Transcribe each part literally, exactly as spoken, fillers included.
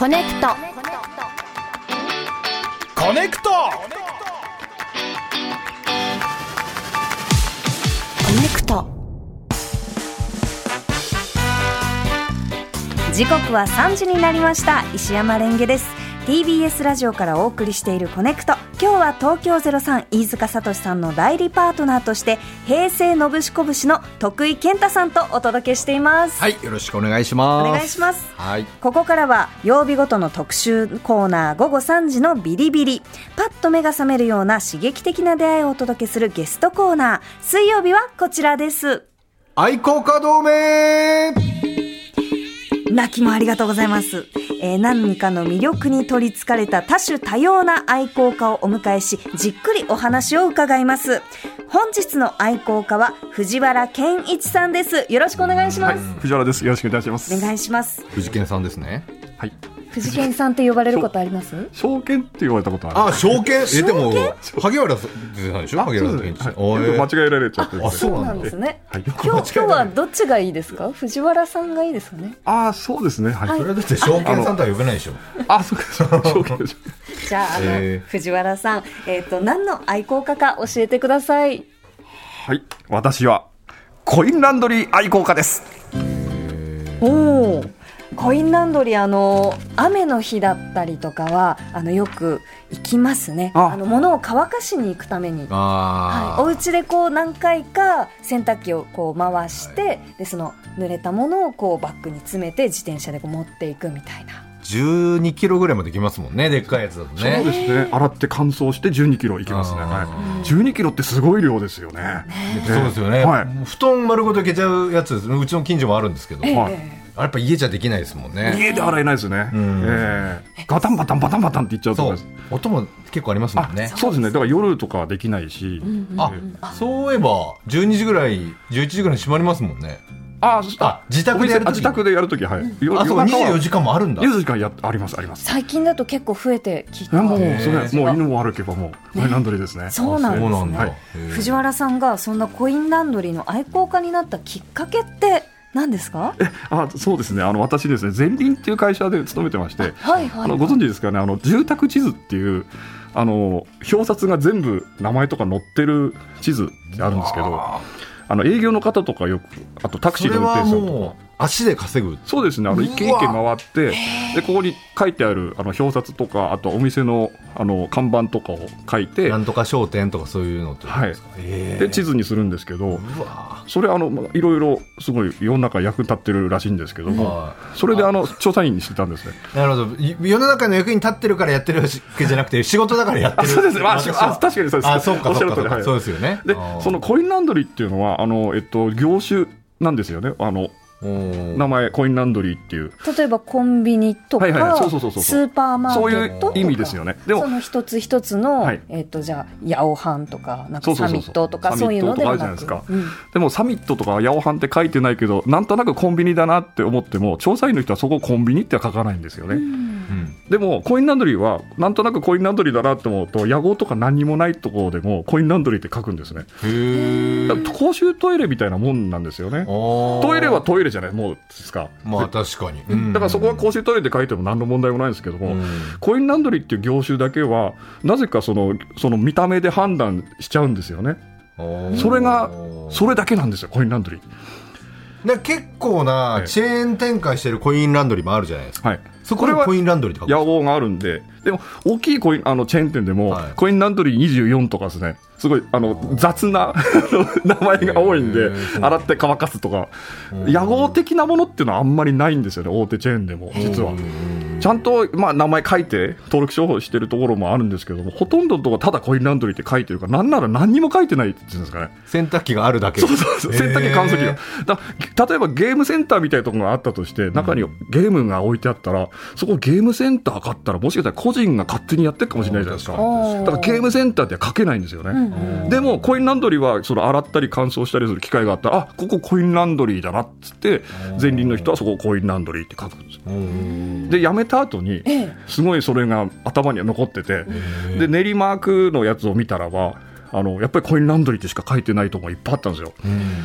コネクトコネクトコネクト時刻はさんじになりました。石山レンゲです。 ティービーエス ラジオからお送りしているコネクト、今日は東京ゼロさん飯塚聡さんの代理パートナーとして平成のぶしこ節の徳井健太さんとお届けしています。 はい、よろしくお願いします。 お願いします。 はい、 ここからは曜日ごとの特集コーナー、午後さんじのビリビリ、パッと目が覚めるような刺激的な出会いをお届けするゲストコーナー。水曜日はこちらです。 愛好家同盟。 泣きもありがとうございます。えー、何かの魅力に取りつかれた多種多様な愛好家をお迎えし、じっくりお話を伺います。本日の愛好家は藤原健一さんです。よろしくお願いします。 はい、藤原です。よろしくお願いします。 お願いします。 藤健さんですね。 はい。 藤健さんって呼ばれることあります？ 証券って言われたことある。 あ、証券。え、でも萩原さんでしょ。萩原健一さん。 よく間違えられちゃってる。 あ、そうなんですね。 はい、 今日今日はどっちがいいですか？藤原さんがいいですかね。 あ、そうですね。はい。 それはだって証券さんとは呼べないでしょ。 あ、そうか。証券でしょ。 じゃあ、あの、えー、藤原さん、えっと何の愛好家か教えてください。 はい、私はコインランドリー愛好家です。 おお。コインランドリー、あの雨の日だったりとかはあのよく行きますね。ああの物を乾かしに行くために、あ、はい、お家でこう何回か洗濯機をこう回して、はい、でその濡れたものをこうバッグに詰めて自転車でこう持っていくみたいな。 じゅうにキロぐらいまで行きますもんね、でっかいやつだとね。 そうですね。洗って乾燥してじゅうにキロ行きますね。はい、じゅうにキロってすごい量ですよね。ね、 そうですよね。はい、布団丸ごといけちゃうやつです。うちの近所もあるんですけど、えーはい、やっぱ家じゃできないですもんね。 家で洗えないですね。うん、えー、ガタンバタンバタンバタンっていっちゃうとかです。 音も結構ありますもんね。 そうですね。だから夜とかはできないし、うんうん、 あ、そういえばじゅうにじぐらいじゅういちじぐらいに閉まりますもんね。ああ、自宅でやるとき、 自宅でやるとき、はい。 うん、あ、そうか、にじゅうよじかんもあるんだ。 にじゅうよじかんやあります、あります。 最近だと結構増えてきた。 もう、それ、もう犬も歩けばもうコインランドリーですね。 そうなんですね。 はい、 藤原さんがそんなコインランドリーの愛好家になったきっかけって何ですか？ え、あ、そうですね。あの私ですね、ゼンリンっていう会社で勤めてまして、 はいはい、 あのご存知ですかね。あの住宅地図っていうあの表札が全部名前とか載ってる地図ってあるんですけど。あの営業の方とかよく、あとタクシーの運転手さんとか足で稼ぐ。 そうですね。あの一軒一軒回ってでここに書いてあるあの表札とか、あとお店のあの看板とかを書いて、 なんとか商店とかそういうのってことですか？ はい、で地図にするんですけど、それあのいろいろすごい世の中役に立ってるらしいんですけども、それであの調査員にしてたんですね。 なるほど。世の中の役に立ってるからやってるわけじゃなくて仕事だからやってる。 そうですね。あ、確かにそうです。 あ、そうかそうか、はい、そうですよね。 でそのコインランドリーっていうのはあの、えっと、業種なんですよね。あの名前コインランドリーっていう、 例えばコンビニとかスーパーマーケットとか、 そういう意味ですよね。 でもその一つ一つの、はい、えー、とじゃあヤオハンとかなんかサミットとかそういうのではなく、うん、 でもサミットとかヤオハンって書いてないけど、なんとなくコンビニだなって思っても調査員の人はそこをコンビニっては書かないんですよね。うん、でもコインランドリーはなんとなくコインランドリーだなって思うと、屋号とか何にもないところでもコインランドリーって書くんですね。へー、公衆トイレみたいなもんなんですよね。トイレはトイレじゃない、もうか、 まあ確かに、 うん、だからそこは公衆トイレで書いても何の問題もないんですけども、うん、コインランドリーっていう業種だけはなぜかその、その見た目で判断しちゃうんですよね。それがそれだけなんですよ、コインランドリーで。結構なチェーン展開してるコインランドリーもあるじゃないですか。はい、そこはコインランドリーって書くんですか？ 屋号があるんで。でも大きいコインあのチェーン店でも、はい、コインランドリーにじゅうよんとかですね、すごいあの雑な名前が多いんで、洗って乾かすとか屋号的なものっていうのはあんまりないんですよね、大手チェーンでも。実はちゃんと、まあ、名前書いて登録商法してるところもあるんですけども、ほとんどのところただコインランドリーって書いてるから、なんなら何にも書いてないっていうんですかね。 洗濯機があるだけ。 そうそうそう、洗濯機乾燥機がだ。例えばゲームセンターみたいなところがあったとして、中にゲームが置いてあったら、そこゲームセンター買ったらもしかしたら個人が勝手にやってるかもしれないじゃないですか。だからゲームセンターって書けないんですよね。うん、でもコインランドリーはその洗ったり乾燥したりする機会があったら、あ、ここコインランドリーだなっつって前輪の人はそこをコインランドリーって書くんですよ。で辞めた後にすごいそれが頭には残ってて、で練馬区のやつを見たらば、 あのやっぱりコインランドリーってしか書いてないところがいっぱいあったんですよ、うん、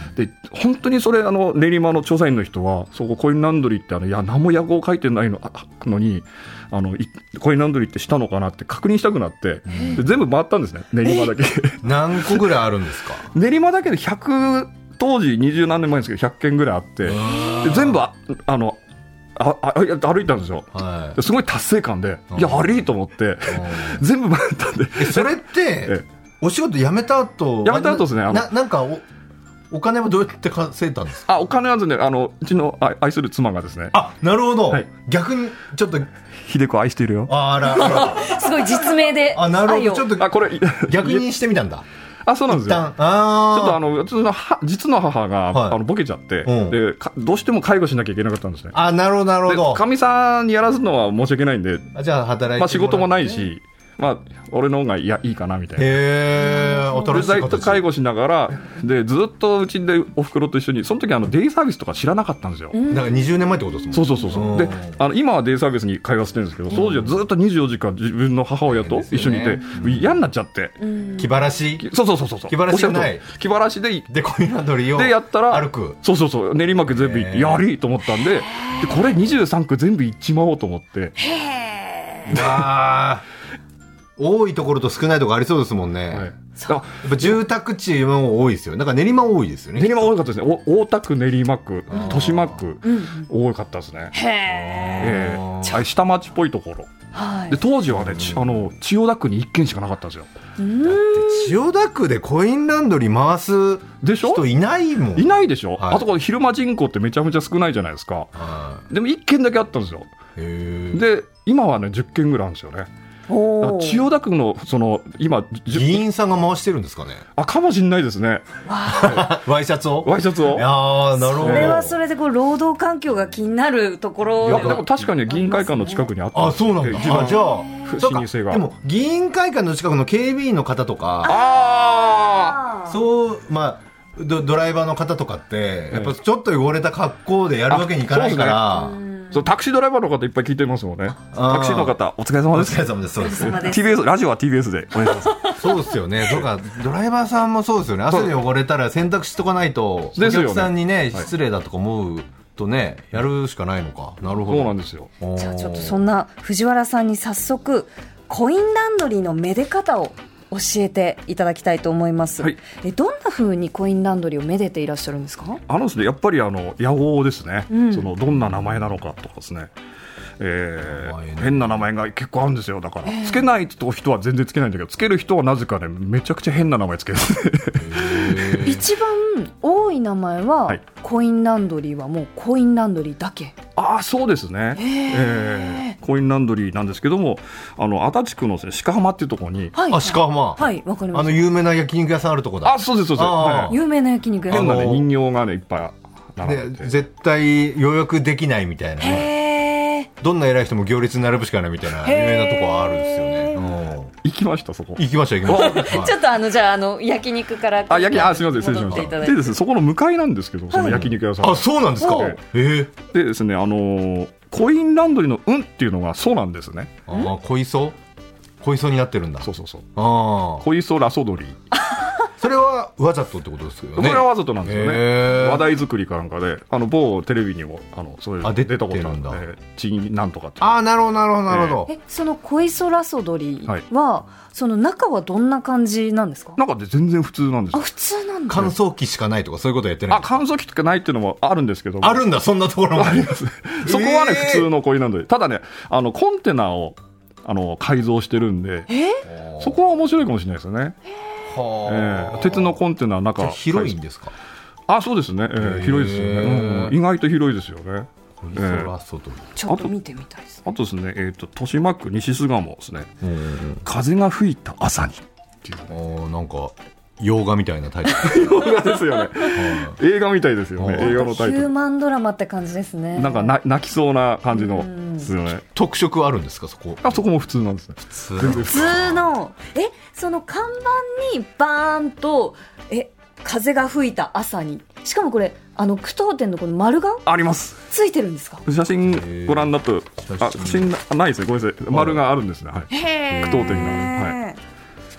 で本当にそれあの練馬の調査員の人はそこコインランドリーってあのいや何も屋号書いてない の, のにあのコインランドリーってしたのかなって確認したくなって、うん、で全部回ったんですね練馬だけ何個ぐらいあるんですか練馬だけでひゃく当時二十何年前ですけどひゃっけんぐらいあってで全部 あ, あのああ歩いたんですよ、はい、すごい達成感でいや悪いと思って全部回ったんでえそれってお仕事辞めた後辞めた後ですねあのな, なんか お, お金はどうやって稼いだんですかあお金はですねあのうちの愛する妻がですねあなるほど、はい、逆にちょっと秀子愛してるよあらあらすごい実名であなるほどちょっとあこれ逆にしてみたんだあそうなんですよあちょっとあのうちの実の母が、はい、あのボケちゃって、うん、でどうしても介護しなきゃいけなかったんですねあなるほどなるほどかみさんにやらすのは申し訳ないんであじゃあ働いてもらって、 まあ、仕事もないしまあ、俺の方がいやいいかなみたいなへーでずっと介護しながらでずっとうちでおふくろと一緒にその時あのデイサービスとか知らなかったんですよだからにじゅうねんまえってことですもんそうそうそうそうであの今はデイサービスに通わせてるんですけど当時はずっとにじゅうよじかん自分の母親と一緒にいて、ね、嫌になっちゃって気晴らしそうそうそうそう気晴らしじゃない気晴らしででコインランドリーをでやったら歩くそうそうそう練馬区全部行ってやりと思ったんででこれにじゅうさんく全部行っちまおうと思ってへーわー多いところと少ないところありそうですもんね、はい、やっぱ住宅地も多いですよなんか練馬多いですよね練馬多かったですね大田区練馬区豊島区、うん、多かったですねへー、えー、下町っぽいところ、はい、で当時はねあの千代田区にいっけんしかなかったんですようんだって千代田区でコインランドリー回す人いないもんいないでしょ、はい、あそこ昼間人口ってめちゃめちゃ少ないじゃないですか、はい、でもいっけんだけあったんですよへーで今はねじゅっけんぐらいあるんですよね千代田区のその今議員さんが回してるんですかねあかもしれないですねワイシャツをワイシャツをいやなるほどそれはそれでこう労働環境が気になるところいやでも確かに議員会館の近くにあったんですあそうなんだあじゃあ不思議性がでも議員会館の近くの警備員の方とかああそうまあド, ドライバーの方とかってやっぱちょっと汚れた格好でやるわけにいかないからそうタクシードライバーの方いっぱい聞いてますもんねタクシーの方お疲れ様ですお疲れ様ですそうですティービーエス ラジオは ティービーエス でお願いしますそうですよねとかドライバーさんもそうですよね汗で汚れたら洗濯しとかないとお客さんにね失礼だとか思うとねやるしかないのかなるほどそうなんですよじゃあちょっとそんな藤原さんに早速コインランドリーのめで方を教えていただきたいと思います、はい、えどんな風にコインランドリーをめでていらっしゃるんですかあのですねやっぱりあの屋号ですね、うん、そのどんな名前なのかとかですねえー、変な名前が結構あるんですよだから、えー、つけない人は全然つけないんだけどつける人はなぜかねめちゃくちゃ変な名前つける一番多い名前は、はい、コインランドリーはもうコインランドリーだけああそうですね、えーえー、コインランドリーなんですけどもあの足立区の、ね、鹿浜っていうところに、 はい、あ鹿浜はいわかりますあの有名な焼肉屋さんあるとこだあそうですそうです、はい、有名な焼肉屋さん変な、ね、人形がねいっぱい並んでで絶対予約できないみたいなねどんな偉い人も行列に並ぶしかないみたいな有名なとこはあるんですよね、うん、 行きましたそこ行きました行きましたちょっとあのじゃああの焼肉からあ焼きあすみません失礼しましたでですねそこの向かいなんですけどその焼肉屋さん、はい、 あそうなんですかえー、 でですねあのー、コインランドリーの運っていうのがそうなんですねあ小磯小磯になってるんだそうそうそうあ小磯ラソドリーそれはわざとってことですよねこれはわざとなんですよね話題作りかなんかであの某テレビにもあのそういう出たことなんだチンなんとかってああなるほどなるほどなるほど、 えー、えその小磯ラソドリは、はい、その中はどんな感じなんですか中で全然普通なんですよあ普通なんだ乾燥機しかないとかそういうことやってないあ乾燥機しかないっていうのもあるんですけどあるんだそんなところもありますそこはね、えー、普通のコインランドリーただねあのコンテナをあの改造してるんで、えー、そこは面白いかもしれないですよねえー、鉄のコンテナの中広いんですかあそうですね、えー、広いですよね、うん、意外と広いですよねえー、 ちょっと見てみたいですねあとですね、えー、と豊島区西巣鴨ですね風が吹いた朝にっていう、ね、 あなんか洋画みたいなタイトル洋画ですよね映画みたいですよね映画のタイトルヒューマンドラマって感じですねなんかな泣きそうな感じのですよね特色あるんですかそこあそこも普通なんですね普通普通のえその看板にバーンとえ風が吹いた朝にしかもこれあの句読点のこの丸がありますついてるんですか写真ご覧だとあ写真ないですねごめんなさい丸があるんですね、はい、句読点がはいあ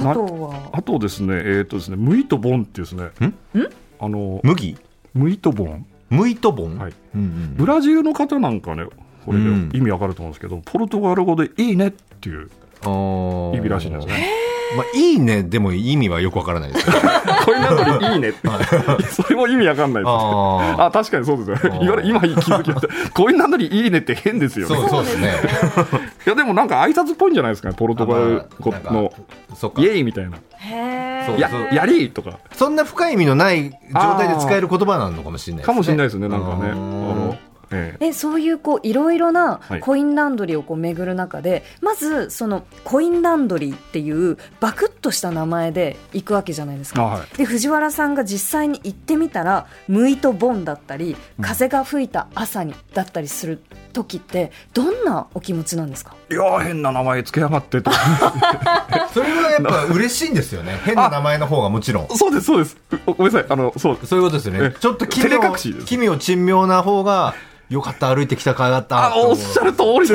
あとはあとですね、えーとですね、ムイトボンってですね、んあの麦ムイトボンムイトボン、 はいうんうん、 ブラジルの方なんかね、これで意味わかると思うんですけど、うん、ポルトガル語でいいねっていう意味らしいんですね。 まあ、いいねでも意味はよくわからないですコインランドリーいいねってそれも意味わかんないですああ確かにそうですよね今気づきましたコインランドリーいいねって変ですよね。 そうそうですねいやでもなんか挨拶っぽいんじゃないですかね、ポルトガル語のイエイみたいな、 へー や, やりーとかそんな深い意味のない状態で使える言葉なのかもしれないですね。 かもしれないですね。なんかね、あのええ、そういうこういろいろなコインランドリーをこう巡る中で、はい、まずそのコインランドリーっていうバクッとした名前で行くわけじゃないですか、はい、で藤原さんが実際に行ってみたらムイとボンだったり風が吹いた朝にだったりする時ってどんなお気持ちなんですか？ いや変な名前つけやがってとそれはやっぱ嬉しいんですよね。変な名前の方がもちろん。 そうですそうです、ごめんなさい、あのそうそういうことですよね。ちょっと奇妙奇妙珍妙な方がよかった、歩いてきた甲斐があった。 あ、おっしゃる通りです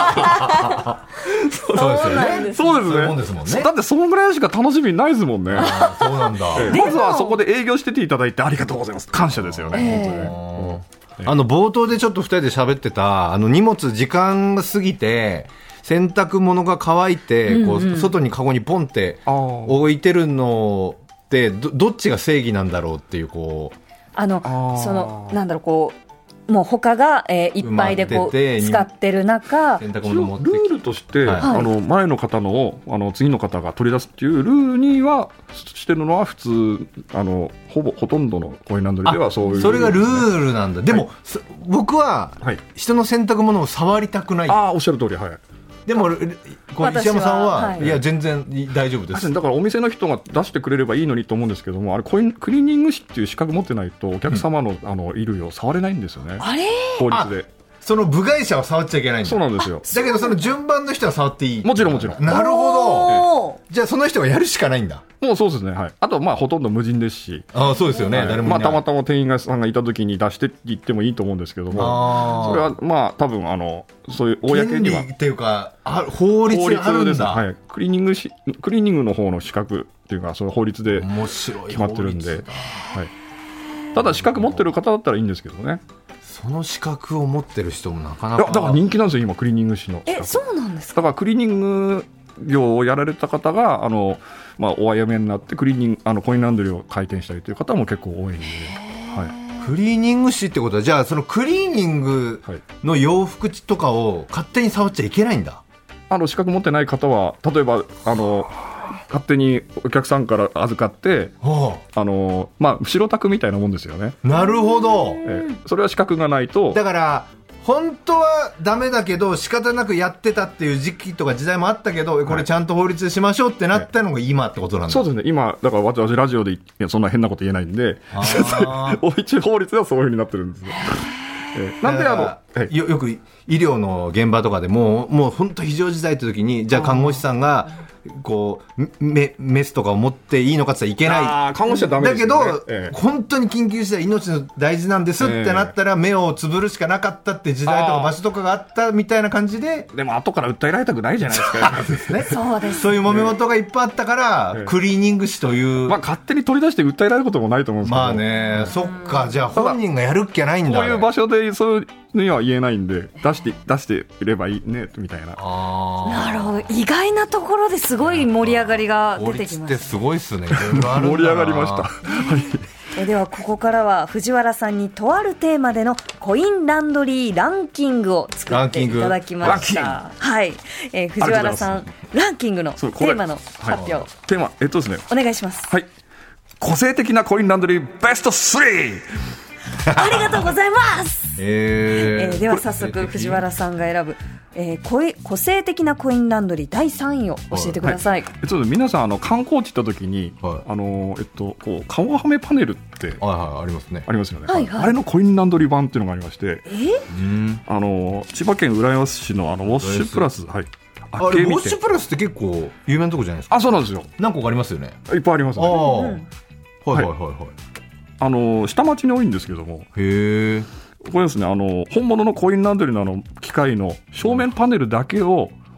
そうですよね。 そうですね。そうですもんね。だってそのぐらいしか楽しみないですもんね。 そうなんだ。 まずはそこで営業してていただいてありがとうございます、感謝ですよね、本当ね。 あの冒頭でちょっとふたりで喋ってたあの荷物時間が過ぎて洗濯物が乾いて、うんうん、こう外にカゴにポンって置いてるのって ど, どっちが正義なんだろうっていう、こうあのそのなんだろうこうもう他が、えー、いっぱいでこう使ってる中、 ルールとして、はい、あの前の方のをあの次の方が取り出すっていうルールにはしてるのは普通、あのほぼほとんどのコインランドリーではそういう、ね、 それがルールなんだ。でも、はい、僕は、はい、人の洗濯物を触りたくない。 あ、おっしゃる通り、はい。 でも石山さんは、はい、いや全然大丈夫です。 だからお店の人が出してくれればいいのにと思うんですけども、あれコインクリーニング師っていう資格持ってないとお客様 の,、うん、あの衣類を触れないんですよね、 あれ法律で。 その部外者は触っちゃいけないんだ。 そうなんですよ。 だけどその順番の人は触っていい。 もちろんもちろん。 なるほど。じゃあその人がやるしかないんだ。 もうそうですね、はい。あとはまあほとんど無人ですし。 ああそうですよね、 はい、誰もいない。まあ、たまたま店員さんがいた時に出してって言ってもいいと思うんですけども、それはまあ多分あのそういう公には権利っていうかあ法律があるんだ。 はい、クリーニングしクリーニングの方の資格っていうかその法律で決まってるんで、はい。ただ資格持ってる方だったらいいんですけどね。 その資格を持ってる人もなかなか。 いやだから人気なんですよ今クリーニング師の。 え、そうなんですか。だからクリーニング業をやられた方があの、まあ、お辞めになってクリーニングあのコインランドリーを開店したりという方も結構多いんで、はい、 クリーニング師ってことはじゃあそのクリーニングの洋服とかを勝手に触っちゃいけないんだ。 あの資格持ってない方は例えばあの勝手にお客さんから預かって、はああのまあ、白タクみたいなもんですよね。 なるほど。 えそれは資格がないと。 だから本当はダメだけど仕方なくやってたっていう時期とか時代もあったけど、これちゃんと法律でしましょうってなったのが今ってことなんだ。 そうですね。今だから私ラジオでいやそんな変なこと言えないんで一応法律ではそういう風になってるんですよ。えー、なんであの、はい、 よ, よく医療の現場とかでももう本当非常事態って時にじゃあ看護師さんがこう メ, メスとかを持っていいのかって言ったらいけない。 あ、看護師はダメですよね。 だけど、ええ、本当に緊急事態命の大事なんですってなったら、え、目をつぶるしかなかったって時代とか場所とかがあったみたいな感じで。 でも後から訴えられたくないじゃないですか。 ですね、そうです。そういう揉め事がいっぱいあったから、ええ、クリーニング師という、 まあ、勝手に取り出して訴えられることもないと思うんですけど。 まあね、そっか。じゃあ本人がやるっきゃないんだ。 こういう場所でそういうには言えないんで出して出していればいいねみたいな。 あ、なるほど。意外なところですごい盛り上がりが出てきました。 法律ってすごいっすね。 盛り上がりました。 えではここからは藤原さんにとあるテーマでのコインランドリーランキングを作っていただきました。はい、えー、藤原さんランキングのテーマの発表、はい、 テーマえっとですねお願いします。 はい、個性的なコインランドリーベストスリー。 ありがとうございます。 えーえー、では早速藤原さんが選ぶ、えー、個性的なコインランドリーだいさんいを教えてください。はい、 えっと、皆さんあの観光地行った時に、はい、あのえっと、こう顔はめパネルって、 はいはい、ありますね。 ありますよね。 はいはい、 あれのコインランドリー版っていうのがありまして、 えー、 あの千葉県浦安市のあのウォッシュプラス、はい、 あれウォッシュプラスって結構有名なとこじゃないですか。 あ、そうなんですよ。 何個かありますよね。 いっぱいありますね。 あ、うん、はいはいはいはい。 あの下町に多いんですけども、 へー、 これですね、あの本物のコインランドリーのあの機械の正面パネルだけを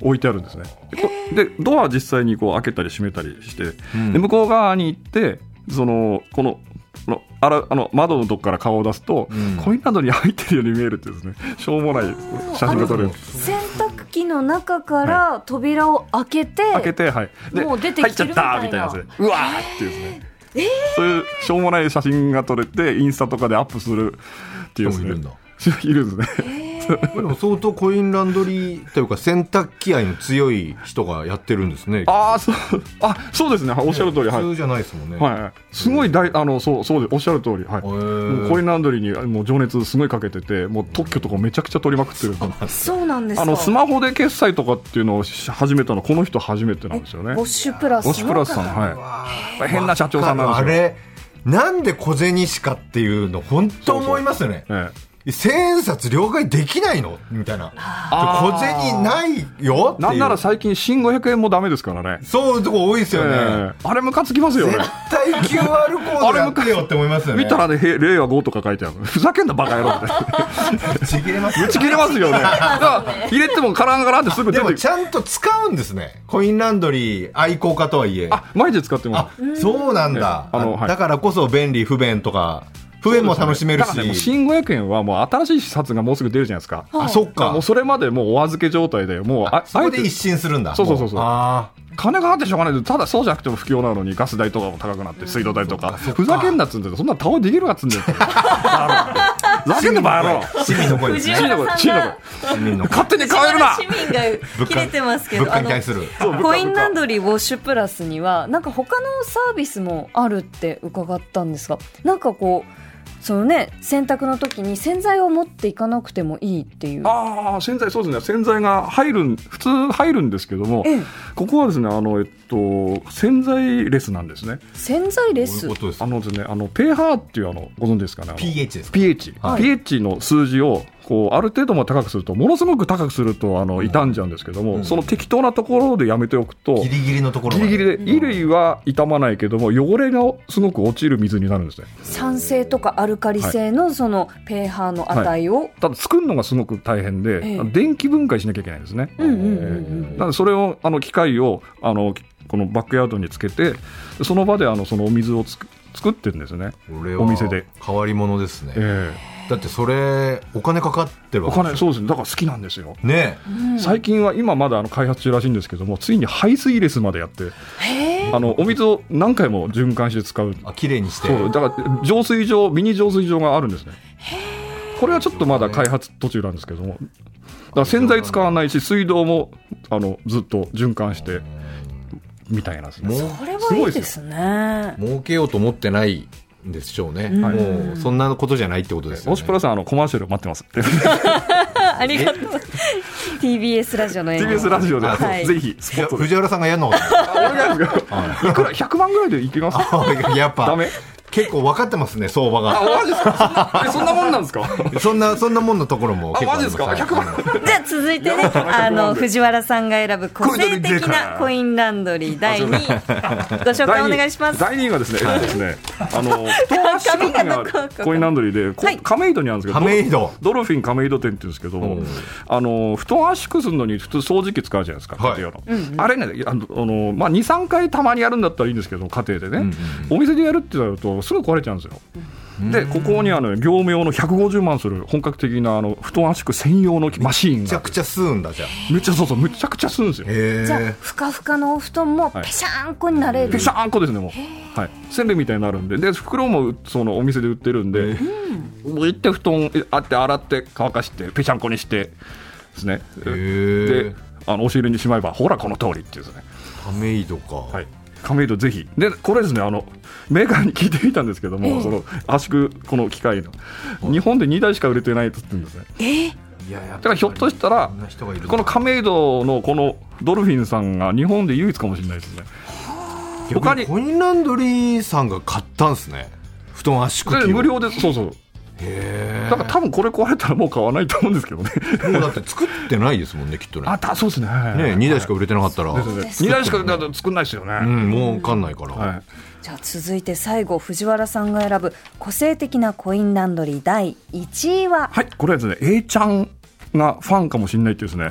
置いてあるんですね。でドア実際にこう開けたり閉めたりして、うん、で向こう側に行ってそのこのこのあらあの窓のとこから顔を出すと、うん、コインランドリーに入ってるように見えるってですね、しょうもない写真が撮れる。 洗濯機の中から扉を開けて、はい、 開けて、はい、でもう出てきてるみたいな、 入っちゃったみたいなやつでうわーってですね、えー、そういうしょうもない写真が撮れてインスタとかでアップするっていうですね、いるんだいるんですね。 でも相当コインランドリーというか洗濯機愛の強い人がやってるんですね。 ああ、そう、あ、そうですね、おっしゃる通り、 普通じゃないですもんね。 はい、すごい大あのそうそうでおっしゃる通り、はい、もうコインランドリーにもう情熱すごいかけてて、もう特許とかめちゃくちゃ取りまくってる。 そうなんですか。 あのスマホで決済とかっていうのを始めたのこの人初めてなんですよね。 ウォッシュプラスのウォッシュプラスさん、はい、変な社長さんなんですよ。 あれなんで小銭しかっていうの本当思いますよね。そうそう、ええ、千円札両替できないのみたいな。小銭ないよっていう。 なんなら最近新ごひゃくえんもダメですからね。 そういうとこ多いですよね、えー、 あれムカつきますよね。 絶対 キューアール コードやってよって思いますよね。 見たらね、れいわごとか書いてある。ふざけんなバカ野郎ってぶち切れますよね。 ぶち切れますよね。だから入れてもカランカランってすぐ出て。 でもちゃんと使うんですね、コインランドリー愛好家とはいえ。 あ、毎日使ってます。 あ、そうなんだ、 あの、はい、だからこそ便利不便とか不便も楽しめるし、 ね、新ごひゃくえんはもう新しい札がもうすぐ出るじゃないですか。 あ、そっか。 もうそれまでもうお預け状態でもうあ, あそこで一新するんだ。 そうそうそうそう。あ、金がかかってしょうがない。ただそうじゃなくても不況なのにガス代とかも高くなって水道代とか、うん、ふざけんなっつんで、そんな倒れできるかっつんでふざけんなバカ野郎。 市民の声ですね。市民の声。市民の声。勝手に変えるな。 市民が切れてますけど、 物価に対するコインランドリーウォッシュプラスにはなんか他のサービスもあるって伺ったんですが、なんかこうそのね、洗濯の時に洗剤を持っていかなくてもいいっていう。 ああ、洗剤、そうですね、洗剤が入る、普通入るんですけども、ええ、ここはですね、あの、えっと、洗剤レスなんですね。 洗剤レス。 どういうことですか？あのですね、あの pH っていうあのご存知ですかね。 pH ですか？ pH、はい、pH の数字をこうある程度も高くすると、ものすごく高くするとあの傷んじゃうんですけども、うん、その適当なところでやめておくと、 ギリギリのところまで、 ギリギリで、衣類は傷まないけども汚れがすごく落ちる水になるんですね。 酸性とかアルカリ性のその pH の値を、はい、 ただ作るのがすごく大変で、ええ、電気分解しなきゃいけないんですね。なのでそれをあの機械をあのこのバックヤードにつけて、その場であのそのお水をつく作ってるんですね。お店で。 変わり者ですね。 ええ、だってそれお金かかってるわけですよ。 お金、そうですね。だから好きなんですよ。 ね、 うん、最近は今まだあの開発中らしいんですけども、ついに排水レスまでやって、あのお水を何回も循環して使う。 あ、きれいにして。 そうだから浄水場、ミニ浄水場があるんですね。これはちょっとまだ開発途中なんですけども、だから洗剤使わないし、水道もあのずっと循環してみたいなですね。 それはいいですね。 儲けようと思ってないんでしょうね。もうそんなことじゃないってことですよね。 オシプラさん、あのコマーシャル待ってますありがとう。ティービーエス ラジオのティービーエス ラジオで、はい、ぜひスポットで藤原さんがやるのかないくらひゃくまんぐらいでいけますやっぱダメ。結構分かってますね、相場が。 あ、マジですか？そんなもんなんですか？ そんなそんなもんのところも結構あります。 あ、マジですか？ひゃくまん。 じゃあ続いてね、あの藤原さんが選ぶ個性的なコインランドリーだいにい、ご紹介お願いします。 だいにいがですね、えっとですね、あの東足国があるコインランドリーで、はい、亀戸にあるんですけど、 亀戸ドルフィン亀戸店って言うんですけども、うん、あの布団圧縮するのに普通掃除機使うじゃないですか、家庭用の、はい、あれね、あのあのまあにさんかいたまにやるんだったらいいんですけど、家庭でね、うんうん、お店でやるってなるとすぐ壊れちゃうんですよ。でここにあの業務用のひゃくごじゅうまんする本格的なあの布団圧縮専用のマシーンがめちゃくちゃ吸うんだ。じゃあめっちゃそうそうめちゃくちゃ吸うんですよ。 へじゃあふかふかのお布団もペシャーンコになれる、 はい、ペシャーンコですね。もう、はい、せんべいみたいになるんで、で袋もそのお店で売ってるんで、もう行って布団あって洗って乾かしてペシャンコにしてですね。であの押し入れにしまえばほらこの通りっていうですね。 亀戸か。 はい、亀戸ぜひ。でこれですね、あのメーカーに聞いてみたんですけども、えー、その圧縮この機械の日本でにだいしか売れてないって言ってるんですね。 えー、 いやだからひょっとしたらこの亀戸のこのドルフィンさんが日本で唯一かもしれないですね。 他にコインランドリーさんが買ったんですね、布団圧縮機を。 無料で。そうそう。 へだから多分これ壊れたらもう買わないと思うんですけどね。 もうだって作ってないですもんね、きっとね。 あたそうですね。 ね、にだいしか売れてなかったら、はい、 にだいしか作んないですよね。 うん、もう分かんないから、 はい、 じゃあ続いて最後、藤原さんが選ぶ個性的なコインランドリーだいいちいは。 はい、これはですね A ちゃんがファンかもしれないっていうですね、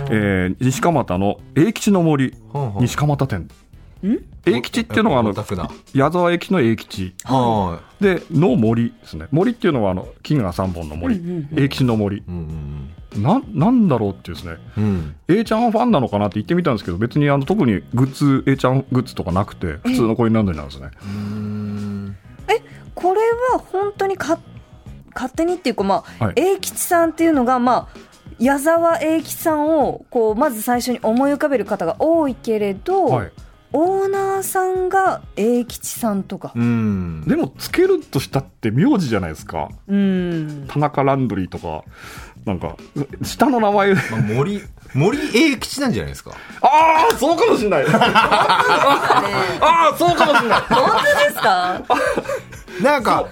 えー、西蒲田の永吉の森西蒲田店。永吉っていうのはあの矢沢永吉の永吉での森ですね。森っていうのはあの金がさんぼんの森、永吉の森、うんうん、な, なんだろうっていうですね、うん、A ちゃんファンなのかなって言ってみたんですけど、別にあの特にグッズ A ちゃんグッズとかなくて普通のコインランドリーなんですね。 うーんえこれは本当にか勝手にっていうか、まあはい、永吉さんっていうのが、まあ、矢沢永吉さんをこうまず最初に思い浮かべる方が多いけれど、はい、オーナーさんが永吉さんとか。 うんでもつけるとしたって名字じゃないですか。うん田中ランドリーとかなんか下の名前、まあ、 森森永吉なんじゃないですか。 ああそうかもしれないああそうかもしれない本当ですかなんか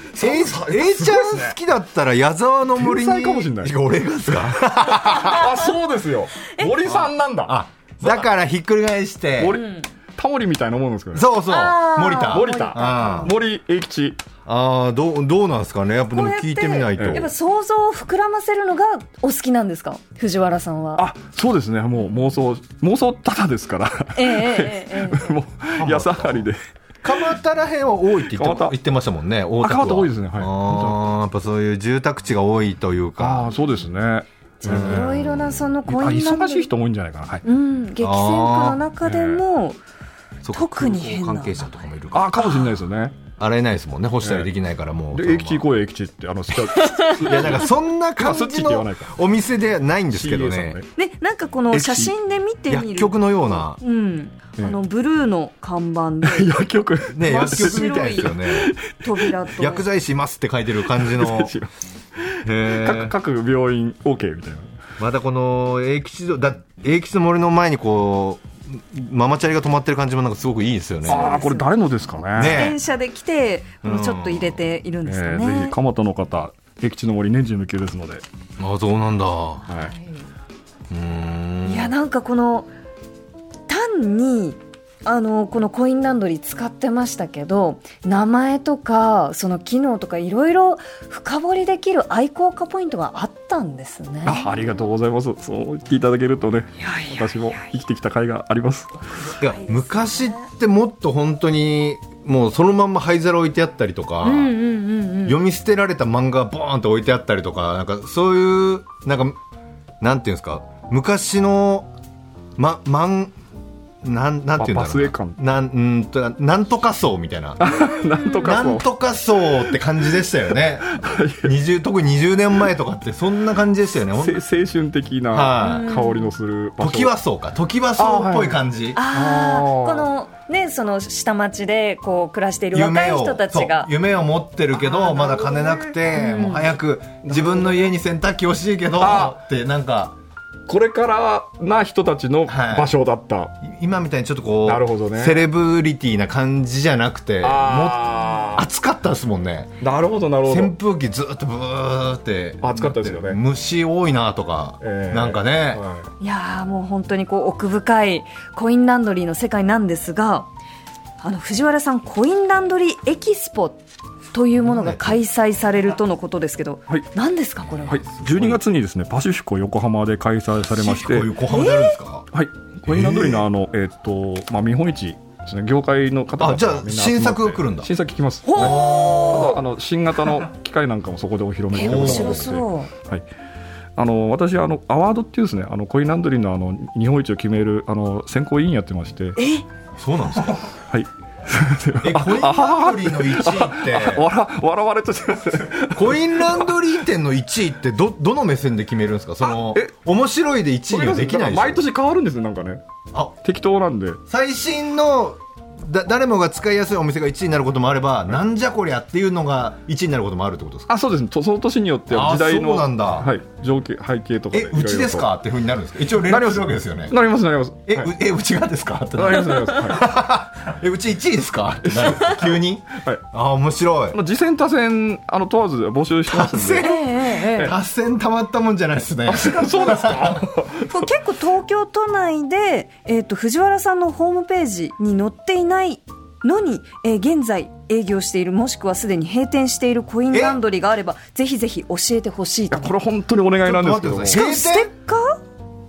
A ちゃん好きだったら矢沢の森に天才かもしれない。 俺がですかあそうですよ森さんなんだ。 あだからひっくり返して森タモリみたいなもんですかね。 そうそう森田森田森永吉。 ああどうどうなんですかね。やっぱでも聞いてみないと。 やっぱ想像を膨らませるのがお好きなんですか藤原さんは。 あそうですね。もう妄想妄想ただですから。ええええええもう安上がりで。 蒲田らへんは多いって言って、言ってましたもんね。大田区は。 蒲田多いですね。はい。 あやっぱそういう住宅地が多いというか。 あそうですね。 じゃあいろいろなそのコインランドリー忙しい人多いんじゃないかな。はい。 うん、激戦区の中でも特に変な関係者とかもいるから。 あかもしれないですよね。 洗えないですもんね。干したりできないからもう。 で永吉行こうよ永吉ってあのいやなんかそんな感じのお店ではないんですけどね。 ねなんかこの写真で見てみる。 薬局のような。 うん。あのブルーの看板で薬局ね薬局みたいですよね。 扉と薬剤師いますって書いてる感じの。 各, 各病院 OK みたいな。 またこの永吉だ永吉の森の前にこうママチャリが止まってる感じもなんかすごくいいですよね。 ああこれ誰のですかね。 自転車で来てちょっと入れているんですかね。 えー、ぜひ蒲田の方永吉の森年中無休ですので。 あそうなんだ。はい。うーんいやなんかこの単にあのこのコインランドリー使ってましたけど名前とかその機能とかいろいろ深掘りできる愛好家ポイントがあったんですね。 あ, ありがとうございます。そう言っていただけるとねいやいやいや私も生きてきた甲斐があります。 いや昔ってもっと本当にもうそのまんま灰皿置いてあったりとか、うんうんうんうん、読み捨てられた漫画がボーンと置いてあったりとかなんかそういうなんかなんていうんですか昔のま、漫なんなんていうんだろうな、なんとなんとか層みたいななんとか層なんとか層って感じでしたよねにじゅう特ににじゅうねんまえとかってそんな感じでしたよね。青春的な香りのする場所。 時は層か時は層っぽい感じ。 あ、はい、あこのねその下町でこう暮らしている若い人たちが夢を、夢を持ってるけどまだ金なくて、うん、もう早く自分の家に洗濯機欲しいけどってなんかこれからな人たちの場所だった、はい、 今みたいにちょっとこうなるほど、ね、 セレブリティな感じじゃなくても暑かったですもんね。 なるほどなるほど。 扇風機ずっとブーって暑かったですよね。 虫多いなとか、えー、なんかね、 はい、いやもう本当にこう奥深いコインランドリーの世界なんですがあの藤原さんコインランドリーエキスポというものが開催されるとのことですけど、はい、何ですかこれは。はい、 じゅうにがつにですねパシフィコ横浜で開催されまして。 パシフィコ横浜でやるんですか。 えー、はいコインランドリーのあの、えーっとまあ、見本市ですね。業界の方々 あじゃあ新作が来るんだ。 新作来ます。はい、あとあの新型の機械なんかもそこでお披露目してください。面白そう。はいあの私あのアワードっていうですねあのコインランドリーのあの日本一を決めるあの選考委員やってまして。 えそうなんですか。 はいえコインランドリーのいちいって笑, 笑われてコインランドリー店のいちいって ど, どの目線で決めるんですか。そのえ面白いでいちいにはできないでしょ。 毎年変わるんですねなんかね。あ適当なんで最新のだ誰もが使いやすいお店がいちいになることもあれば、はい、なんじゃこりゃっていうのがいちいになることもあるってことですか。 あそうですね。その年によっては時代のそうなんだ、 はい、情景背景とかでえうちですかっていう風になるんですか。一応連絡するわけですよね。 なりますなります。 え、はい、う, えうちがですかってなりますなります、はい、 えうちいちいですかってなる急に、はい、あ面白い。 次戦多戦あの問わず募集してますんで。 多戦多戦たまったもんじゃないですね。 そうですかこれ結構東京都内で、えー、と藤原さんのホームページに載っていないのに、えー、現在営業しているもしくはすでに閉店しているコインランドリーがあればぜひぜひ教えてほしいと。 これ本当にお願いなんですけどもしかもステッカー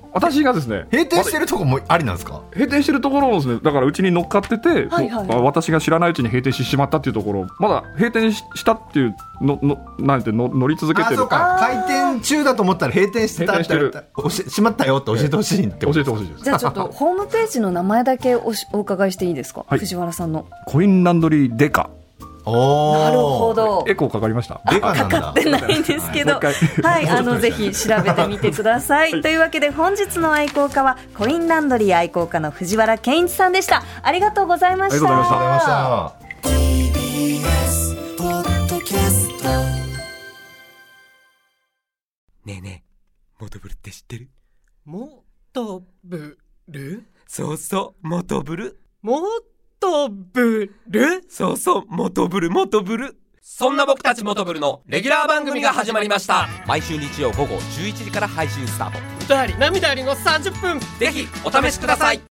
私がですね、 閉店してるとこもありなんですか？ 閉店してるところもですね、だからうちに乗っかってて、 はいはい、 私が知らないうちに閉店してしまったっていうところ、まだ閉店したっていうののなんての乗り続けてる。 あ、そうか、開店中だと思ったら閉店してたっておししまったよって教えてほしいって教えてほしいです。 じゃあちょっとホームページの名前だけおしお伺いしていいですか？はい、藤原さんのコインランドリーデカ。 なるほど。 エコーかかりました？ デカなんだ。 かかってないんですけど、はい、あのぜひ調べてみてください。というわけで本日の愛好家はコインランドリー愛好家の藤原健一さんでした。ありがとうございました。 ありがとうございました。 ティービーエス ポッドキャスト。ねえねえ、モトブルって知ってる？ モトブル？ そうそう、モトブル。 モトブル？ そうそう、モトブルモトブル。そんな僕たちモトブルのレギュラー番組が始まりました。毎週日曜午後じゅういちじから配信スタート。 歌あり涙ありのさんじゅっぷん、 ぜひお試しください。